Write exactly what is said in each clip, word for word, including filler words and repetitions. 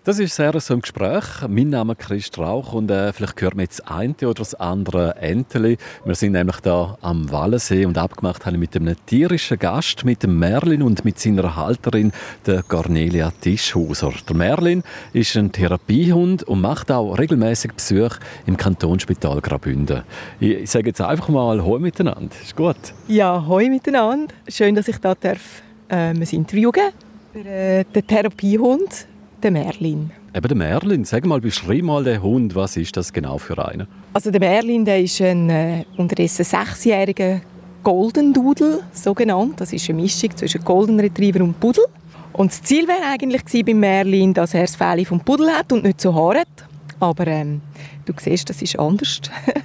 Das ist sehr so im Gespräch. Mein Name ist Christ Rauch und äh, vielleicht hören wir jetzt das eine oder das andere Enteli. Wir sind nämlich da am Wallensee und abgemacht haben mit einem tierischen Gast, mit dem Merlin und mit seiner Halterin, der Cornelia Tischhauser. Der Merlin ist ein Therapiehund und macht auch regelmäßig Besuche im Kantonsspital Graubünden. Ich, ich sage jetzt einfach mal Hoi miteinander. Ist gut? Ja, Hoi miteinander. Schön, dass ich da darf, äh, ein Interview geben für äh, den Therapiehund. Der Merlin. Eben der Merlin. Sag mal, beschreib mal den Hund. Was ist das genau für einen? Also der Merlin, der ist ein äh, unterdessen sechsjähriger Golden Doodle, so genannt. Das ist eine Mischung zwischen Golden Retriever und Pudel. Und das Ziel wäre eigentlich gewesen beim Merlin, dass er das Fell vom Pudel hat und nicht so Haare hat. Aber ähm, du siehst, das ist anders.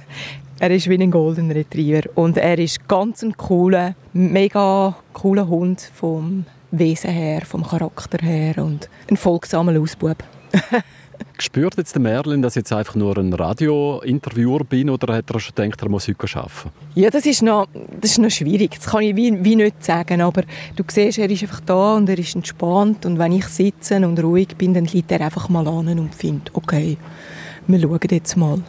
Er ist wie ein Golden Retriever und er ist ganz ein cooler, mega cooler Hund vom Wesen her, vom Charakter her und ein folgsamer Lausbub. Spürt jetzt der Merlin, dass ich jetzt einfach nur ein Radiointerviewer bin oder hat er schon gedacht, er muss heute arbeiten? Ja, das ist noch, das ist noch schwierig. Das kann ich wie, wie nicht sagen. Aber du siehst, er ist einfach da und er ist entspannt. Und wenn ich sitze und ruhig bin, dann liegt er einfach mal an und findet, okay, wir schauen jetzt mal.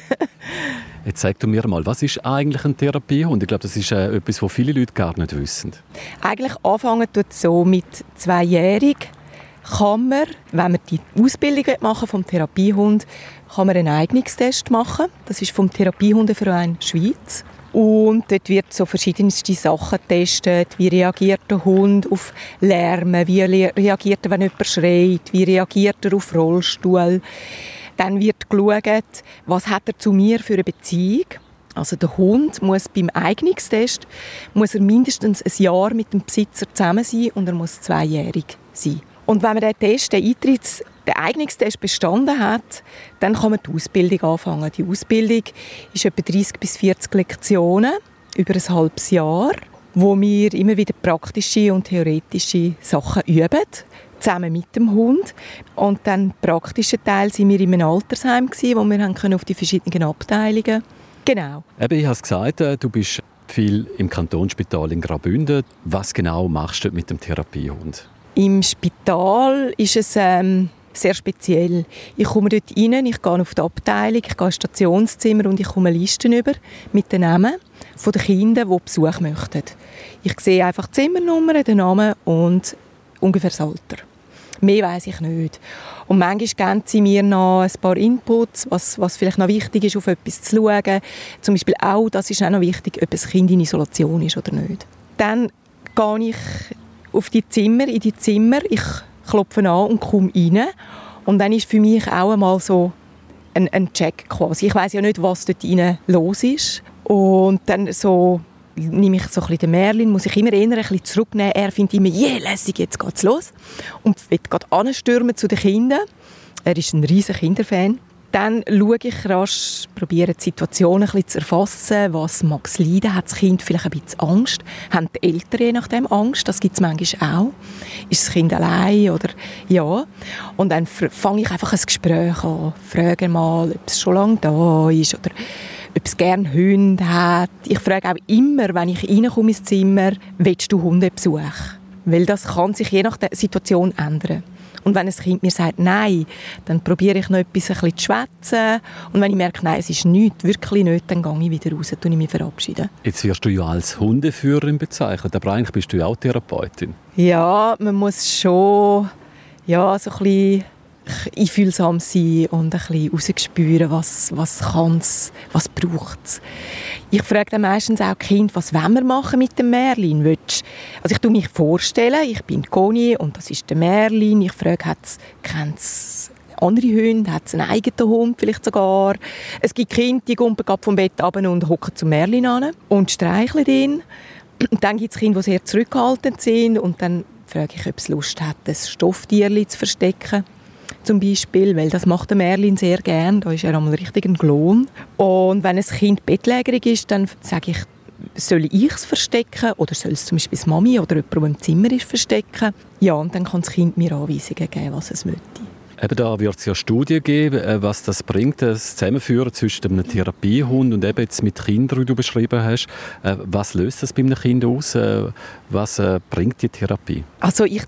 Jetzt sag du mir mal, was ist eigentlich ein Therapiehund? Ich glaube, das ist äh, etwas, was viele Leute gar nicht wissen. Eigentlich anfangen tut es so mit zweijährig. Kann man, wenn man die Ausbildung machen vom Therapiehund, kann man einen Eignungstest machen. Das ist vom Therapiehundeverein Schweiz. Und dort wird so verschiedenste Sachen getestet. Wie reagiert der Hund auf Lärm? Wie reagiert er, wenn jemand schreit? Wie reagiert er auf Rollstuhl? Dann wird geschaut, was hat er zu mir für eine Beziehung. Also der Hund muss beim Eignungstest muss er mindestens ein Jahr mit dem Besitzer zusammen sein und er muss zweijährig sein. Und wenn man den Test, den Eintritts, den Eignungstest bestanden hat, dann kann man die Ausbildung anfangen. Die Ausbildung ist etwa dreißig bis vierzig Lektionen über ein halbes Jahr, wo wir immer wieder praktische und theoretische Sachen üben, zusammen mit dem Hund. Und dann im praktischen Teil waren wir in einem Altersheim, wo wir auf die verschiedenen Abteilungen. Genau. Eben, ich habe es gesagt, du bist viel im Kantonsspital in Graubünden. Was genau machst du mit dem Therapiehund? Im Spital ist es ähm, sehr speziell. Ich komme dort rein, ich gehe auf die Abteilung, ich gehe ins Stationszimmer und ich komme Listen über mit den Namen der Kinder, die Besuch möchten. Ich sehe einfach die Zimmernummer, den Namen und ungefähr das Alter. Mehr weiss ich nicht. Und manchmal geben sie mir noch ein paar Inputs, was, was vielleicht noch wichtig ist, auf etwas zu schauen. Zum Beispiel auch, das ist auch noch wichtig, ob ein Kind in Isolation ist oder nicht. Dann gehe ich auf die Zimmer, in die Zimmer, ich klopfe an und komme rein. Und dann ist für mich auch einmal so ein, ein Check quasi. Ich weiss ja nicht, was dort rein los ist. Und dann so nehme ich so ein bisschen den Merlin, muss ich immer eher ein bisschen zurücknehmen. Er findet immer, yeah, lässig, jetzt geht's los. Und will gerade anstürmen zu den Kindern. Er ist ein riesiger Kinderfan. Dann schaue ich rasch, probiere die Situation ein bisschen zu erfassen. Was mag es leiden? Hat das Kind vielleicht ein bisschen Angst? Haben die Eltern je nachdem Angst? Das gibt es manchmal auch. Ist das Kind allein? Oder ja. Und dann fange ich einfach ein Gespräch an. Frage mal, ob es schon lange da ist oder ob es gerne Hunde hat. Ich frage auch immer, wenn ich reinkomme ins Zimmer, willst du Hundebesuch? Weil das kann sich je nach der Situation ändern. Und wenn ein Kind mir sagt «Nein», dann probiere ich noch etwas ein bisschen zu schwätzen. Und wenn ich merke, nein, es ist nichts, wirklich nicht, dann gehe ich wieder raus und mich verabschieden. Jetzt wirst du ja als Hundeführerin bezeichnet, aber eigentlich bist du ja auch Therapeutin. Ja, man muss schon ja, so ein bisschen einfühlsam sein und ein bisschen rausspüren, was, was kann's, was braucht's. Ich frage dann meistens auch die Kinder, was wollen wir machen mit dem Merlin? Willst, also ich stelle mich vorstellen, ich bin Conny und das ist der Merlin. Ich frage, kennt es andere Hunde? Hat es einen eigenen Hund vielleicht sogar? Es gibt Kinder, die gehen vom Bett runter und hocken zum Merlin an und streicheln ihn. Und dann gibt es Kinder, die sehr zurückhaltend sind und dann frage ich, ob es Lust hat, ein Stofftierchen zu verstecken. Zum Beispiel, weil das macht der Merlin sehr gern. Da ist er einmal richtig ein Klon. Und wenn ein Kind bettlägerig ist, dann sage ich, soll ich es verstecken oder soll es zum Beispiel die Mami oder jemand, der im Zimmer ist, verstecken? Ja, und dann kann das Kind mir Anweisungen geben, was es möchte. Eben da wird es ja Studien geben, was das bringt, das Zusammenführen zwischen einem Therapiehund und eben jetzt mit Kindern, wie du beschrieben hast. Was löst das bei einem Kind aus? Was bringt die Therapie? Also ich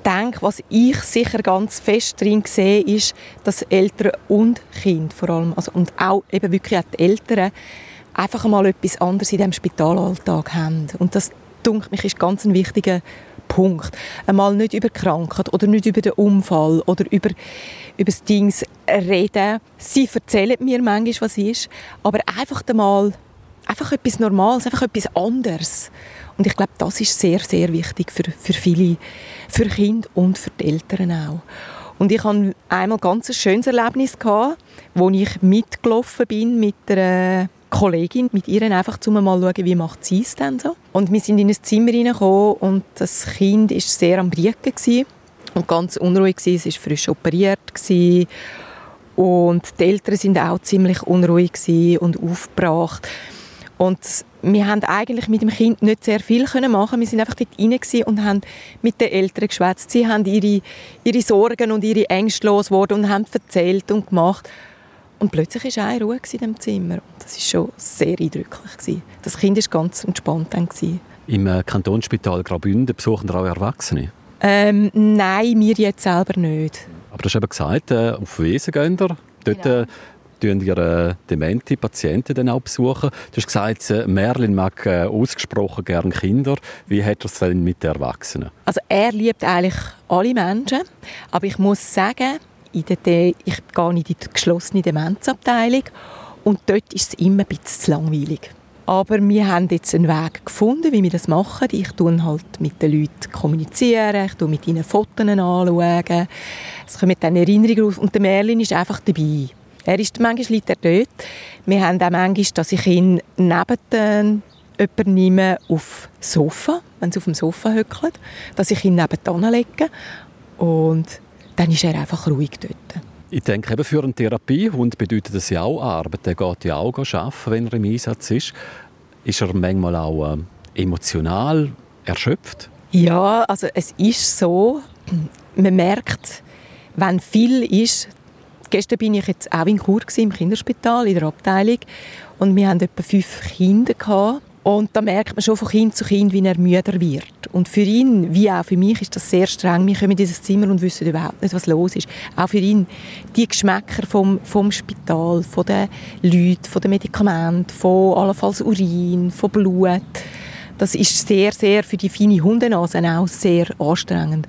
denke, was ich sicher ganz fest drin sehe, ist, dass Eltern und Kinder vor allem, also und auch eben wirklich auch die Eltern, einfach einmal etwas anderes in diesem Spitalalltag haben. Und das, denke ich, ist ganz ein wichtiger Punkt. Einmal nicht über die Krankheit oder nicht über den Unfall oder über, über das Ding reden. Sie erzählen mir manchmal, was ist, aber einfach einmal einfach etwas Normales, einfach etwas anderes. Und ich glaube, das ist sehr, sehr wichtig für, für viele, für Kinder und für die Eltern auch. Und ich hatte einmal ganz ein schönes Erlebnis gehabt, wo ich mitgelaufen bin mit einer Kollegin, mit ihr einfach zum mal schauen, wie macht sie es denn so. Und wir sind in ein Zimmer reingekommen und das Kind war sehr am Brieken und ganz unruhig gewesen. Es war frisch operiert gewesen. Und die Eltern waren auch ziemlich unruhig und aufgebracht. Und wir haben eigentlich mit dem Kind nicht sehr viel machen. Wir sind einfach dort rein und haben mit den Eltern geschwätzt. Sie haben ihre, ihre Sorgen und ihre Ängste losgeworden und haben erzählt und gemacht. Und plötzlich war eine Ruhe in diesem Zimmer. Und das war schon sehr eindrücklich. Das Kind war ganz entspannt. Im Kantonsspital Graubünden besuchen auch Erwachsene? Ähm, nein, wir jetzt selber nicht. Aber du hast eben gesagt, äh, auf Wesen gehen ihr. Dort genau. äh, besuchen ihr äh, demente Patienten dann auch besuchen. Du hast gesagt, äh, Merlin mag äh, ausgesprochen gerne Kinder. Wie hat er es denn mit den Erwachsenen? Also er liebt eigentlich alle Menschen. Aber ich muss sagen, in der De- ich gehe in die geschlossene Demenzabteilung und dort ist es immer ein bisschen zu langweilig. Aber wir haben jetzt einen Weg gefunden, wie wir das machen. Ich tue halt mit den Leuten kommunizieren, ich tue mit ihnen Fotos anschauen. Es kommen dann Erinnerungen auf und der Merlin ist einfach dabei. Er ist, manchmal liegt er dort. Wir haben auch manchmal, dass ich ihn neben den jemanden nehme auf das Sofa, wenn sie auf dem Sofa hockeln, dass ich ihn nebenan lege und dann ist er einfach ruhig dort. Ich denke, eben für einen Therapiehund bedeutet das ja auch Arbeit. Der geht ja auch arbeiten, wenn er im Einsatz ist. Ist er manchmal auch äh, emotional erschöpft? Ja, also es ist so, man merkt, wenn viel ist. Gestern bin ich jetzt auch in Chur im Kinderspital, in der Abteilung. Und wir hatten etwa fünf Kinder gehabt. Und da merkt man schon von Kind zu Kind, wie er müder wird. Und für ihn, wie auch für mich, ist das sehr streng. Wir kommen in dieses Zimmer und wissen überhaupt nicht, was los ist. Auch für ihn, die Geschmäcker vom, vom Spital, von den Leuten, von den Medikamenten, von allenfalls Urin, von Blut. Das ist sehr, sehr für die feine Hundenase auch sehr anstrengend.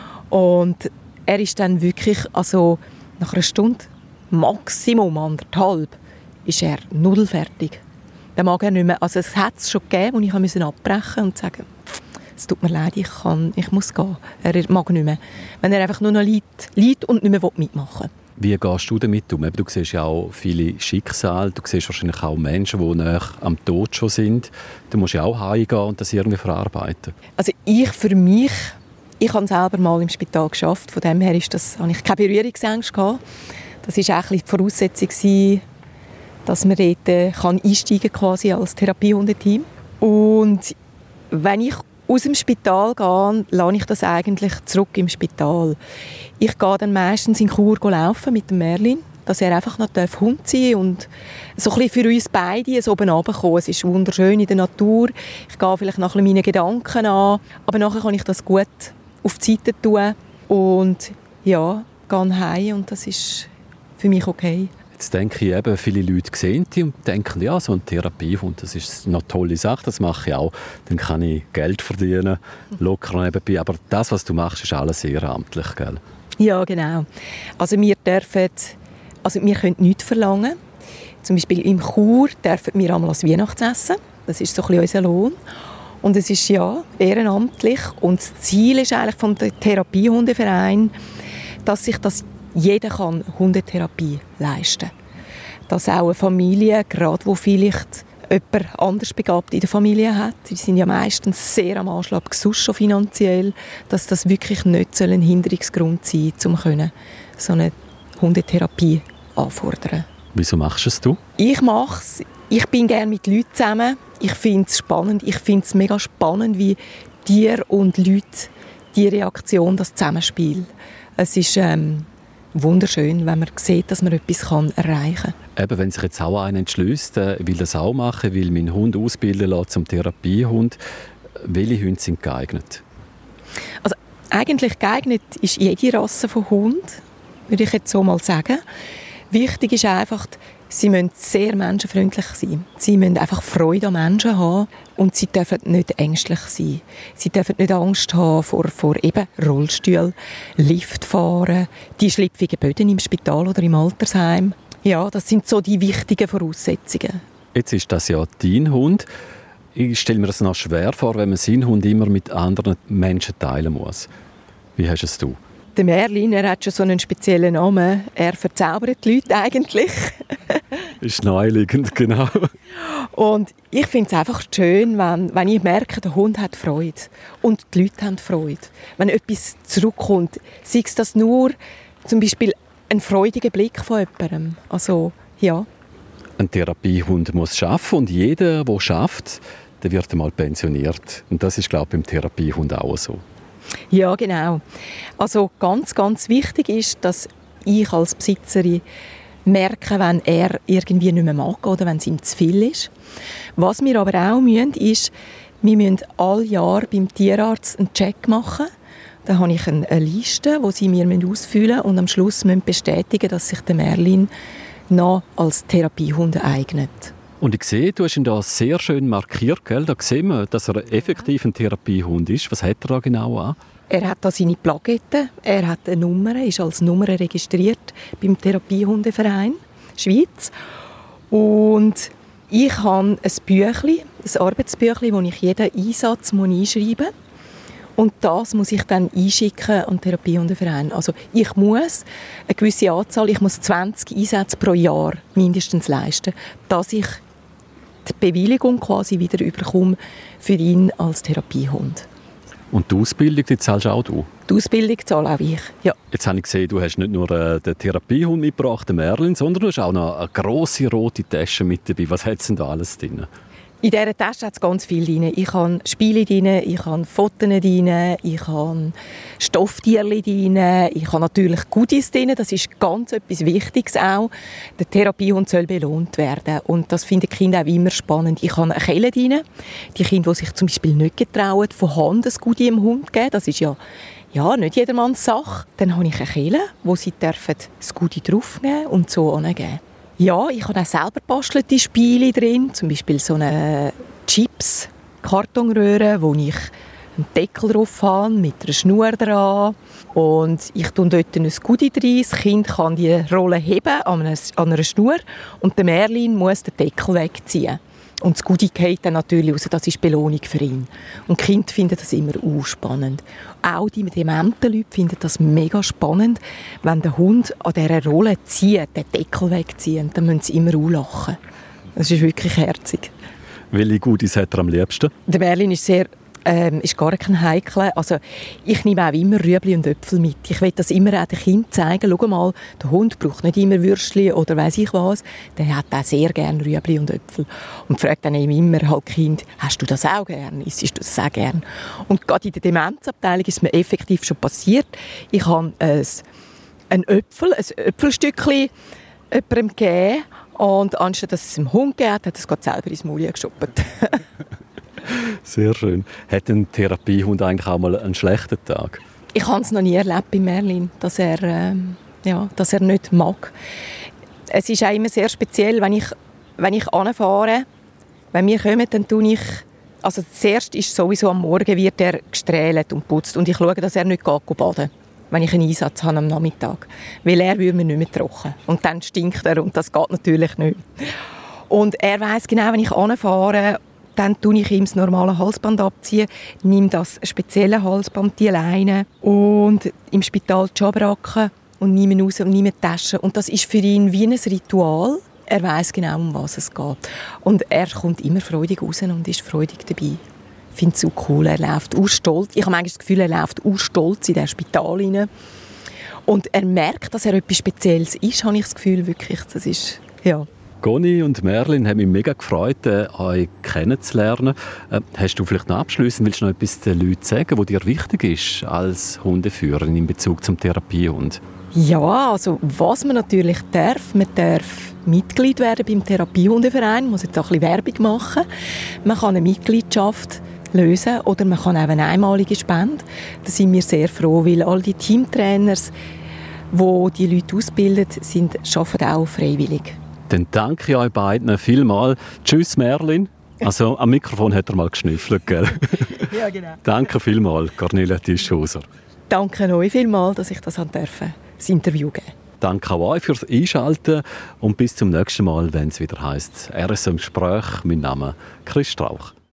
Und er ist dann wirklich, also nach einer Stunde, Maximum anderthalb, ist er nudelfertig. Dann mag er nicht mehr. Also es hat es schon gegeben, wo ich abbrechen musste und sagen, es tut mir leid, ich, kann, ich muss gehen. Er mag nicht mehr. Wenn er einfach nur noch leidet und nicht mehr mitmachen will. Wie gehst du damit um? Du siehst ja auch viele Schicksale, du siehst wahrscheinlich auch Menschen, die nahe am Tod schon sind. Du musst ja auch heimgehen und das irgendwie verarbeiten. Also ich für mich, ich habe selber mal im Spital gearbeitet, von dem her ist das, habe ich keine Berührungsängste gehabt. Das war auch ein bisschen die Voraussetzung, dass man dort äh, kann einsteigen quasi als Therapiehundeteam. Und wenn ich aus dem Spital gehe, lasse ich das eigentlich zurück im Spital. Ich gehe dann meistens in Chur laufen mit dem Merlin, dass er einfach noch Hund sein darf und so ein bisschen für uns beide so oben runterkommen. Es ist wunderschön in der Natur. Ich gehe vielleicht nach meinen Gedanken an, aber nachher kann ich das gut auf die Seite tun und ja, gehe heim und das ist für mich okay. Jetzt denke ich eben, viele Leute sehen die und denken, ja, so eine Therapiehund, das ist eine tolle Sache, das mache ich auch. Dann kann ich Geld verdienen, locker nebenbei. Aber das, was du machst, ist alles ehrenamtlich, gell? Ja, genau. Also wir dürfen, also wir können nichts verlangen. Zum Beispiel im Chur dürfen wir einmal das Weihnachtsessen. Das ist so ein bisschen unser Lohn. Und es ist ja ehrenamtlich. Und das Ziel ist eigentlich vom Therapiehundeverein, dass sich das jeder kann Hundetherapie leisten. Dass auch eine Familie, gerade wo vielleicht jemand anders begabt in der Familie hat, die sind ja meistens sehr am Anschlag, sonst schon finanziell, dass das wirklich nicht ein Hinderungsgrund sein soll, um so eine Hundetherapie anfordern. Wieso machst du es du? Ich mache es. Ich bin gerne mit Leuten zusammen. Ich finde es spannend. Ich finde es mega spannend, wie Tiere und Leute die Reaktion, das Zusammenspiel. Es ist ähm, wunderschön, wenn man sieht, dass man etwas erreichen kann. Eben, wenn sich jetzt auch einer entschließt, äh, will das auch machen, will meinen Hund ausbilden lassen zum Therapiehund, welche Hunde sind geeignet? Also eigentlich geeignet ist jede Rasse von Hund, würde ich jetzt so mal sagen. Wichtig ist einfach, sie müssen sehr menschenfreundlich sein. Sie müssen einfach Freude an Menschen haben und sie dürfen nicht ängstlich sein. Sie dürfen nicht Angst haben vor, vor eben Rollstuhl, Liftfahren, die schlüpfigen Böden im Spital oder im Altersheim. Ja, das sind so die wichtigen Voraussetzungen. Jetzt ist das ja dein Hund. Ich stelle mir das noch schwer vor, wenn man seinen Hund immer mit anderen Menschen teilen muss. Wie hast es du? Der Merlin, er hat schon so einen speziellen Namen. Er verzaubert die Leute eigentlich. Ist naheliegend, genau. Und ich finde es einfach schön, wenn, wenn ich merke, der Hund hat Freude. Und die Leute haben Freude. Wenn etwas zurückkommt, sei es das nur zum Beispiel ein freudiger Blick von jemandem. Also, ja. Ein Therapiehund muss arbeiten und jeder, der arbeitet, der wird einmal pensioniert. Und das ist, glaube ich, beim Therapiehund auch so. Ja, genau. Also ganz, ganz wichtig ist, dass ich als Besitzerin merke, wenn er irgendwie nicht mehr mag oder wenn es ihm zu viel ist. Was wir aber auch müssen, ist, wir müssen alle Jahre beim Tierarzt einen Check machen. Da habe ich eine Liste, die sie mir ausfüllen müssen und am Schluss müssen bestätigen, dass sich der Merlin noch als Therapiehund eignet. Und ich sehe, du hast ihn da sehr schön markiert, gell? Da sehen wir, dass er effektiv ein Therapiehund ist. Was hat er da genau an? Er hat da seine Plakette, er hat eine Nummer, ist als Nummer registriert beim Therapiehundeverein Schweiz. Und ich habe ein Büchlein, ein Arbeitsbüchlein, wo ich jeden Einsatz einschreiben muss. Und das muss ich dann einschicken an den Therapiehundeverein. Also ich muss eine gewisse Anzahl, ich muss zwanzig Einsätze pro Jahr mindestens leisten, dass ich die Bewilligung quasi wieder überkomme für ihn als Therapiehund. Und die Ausbildung, die zahlst auch du? Die Ausbildung zahle auch ich, ja. Jetzt habe ich gesehen, du hast nicht nur äh, den Therapiehund mitgebracht, den Merlin, sondern du hast auch noch eine grosse rote Tasche mit dabei. Was hat es denn da alles drin? In dieser Tasche hat es ganz viel drin. Ich habe Spiele drin, ich habe Fotos drin, ich habe Stofftierchen drin, ich habe natürlich Goodies drin. Das ist ganz etwas Wichtiges auch. Der Therapiehund soll belohnt werden. Und das finden die Kinder auch immer spannend. Ich habe eine Kelle drin. Die Kinder, die sich zum Beispiel nicht getrauen, von Hand ein Goodie dem Hund geben, das ist ja, ja nicht jedermanns Sache. Dann habe ich eine Kelle, wo sie dürfen das Goodie draufnehmen und so angeben. Ja, ich habe auch selber bastelte Spiele drin, zum Beispiel so eine Chips-Kartonröhre, wo ich einen Deckel drauf habe, mit einer Schnur dran. Und ich tue dort ein Goodie drin. Das Kind kann die Rolle heben an einer, an einer Schnur und der Merlin muss den Deckel wegziehen. Und das Goodie geht dann natürlich raus, das ist Belohnung für ihn. Und die Kinder finden das immer auch spannend. Auch die dementen Leute finden das mega spannend, wenn der Hund an dieser Rolle zieht, den Deckel wegzieht, dann müssen sie immer auch lachen. Das ist wirklich herzig. Welche Goodies hat er am liebsten? Der Merlin ist sehr... Ähm, ist gar kein Heikler. Also, ich nehme auch immer Rüebli und Äpfel mit. Ich will das immer auch den Kindern zeigen. Schau mal, der Hund braucht nicht immer Würstchen oder weiss ich was. Der hat auch sehr gerne Rüebli und Äpfel. Und fragt dann immer halt Kind, hast du das auch gerne? Isst du das auch gerne? Und gerade in der Demenzabteilung ist mir effektiv schon passiert. Ich habe ein, ein Äpfel, ein Äpfelstückchen jemandem gegeben. Und anstatt dass es dem Hund gegeben hat, hat er es gerade selber ins Maul gestoppt. Sehr schön. Hat ein Therapiehund eigentlich auch mal einen schlechten Tag? Ich habe es noch nie erlebt bei Merlin, dass er, ähm, ja, dass er nicht mag. Es ist auch immer sehr speziell, wenn ich, wenn ich anfahre, wenn wir kommen, dann tue ich, also zuerst ist sowieso am Morgen wird er gestrählt und putzt und ich schaue, dass er nicht geht baden, wenn ich einen Einsatz habe am Nachmittag, weil er würde mir nicht mehr trocken und dann stinkt er und das geht natürlich nicht. Und er weiss genau, wenn ich anfahre, dann tue ich ihm das normale Halsband abziehen, nehme das spezielle Halsband, die Leine und im Spital die Schabracke und nehme ihn raus und nehme die Tasche. Und das ist für ihn wie ein Ritual. Er weiss genau, um was es geht. Und er kommt immer freudig raus und ist freudig dabei. Ich finde es so cool. Er läuft auch stolz. Ich habe manchmal das Gefühl, er läuft auch stolz in das Spital rein. Und er merkt, dass er etwas Spezielles ist, habe ich das Gefühl, wirklich. Das ist, ja. Conny und Merlin haben mich mega gefreut, äh, euch kennenzulernen. Äh, hast du vielleicht noch abschließend, willst du noch etwas den Leuten sagen, was dir wichtig ist als Hundeführerin in Bezug zum Therapiehund? Ja, also was man natürlich darf, man darf Mitglied werden beim Therapiehundeverein, muss jetzt auch ein bisschen Werbung machen. Man kann eine Mitgliedschaft lösen. Oder man kann auch eine einmalige Spende. Da sind wir sehr froh, weil all die Teamtrainers, die die Leute ausbilden, sind, arbeiten auch freiwillig. Dann danke ich euch beiden vielmals. Tschüss, Merlin. Also am Mikrofon hat er mal geschnüffelt, gell? Ja, genau. Danke vielmals, Cornelia Tischhauser. Danke euch vielmals, dass ich das durfte, das Interview geben. Danke auch euch fürs Einschalten und bis zum nächsten Mal, wenn es wieder heisst R S M Gespräch. Mein Name ist Chris Strauch.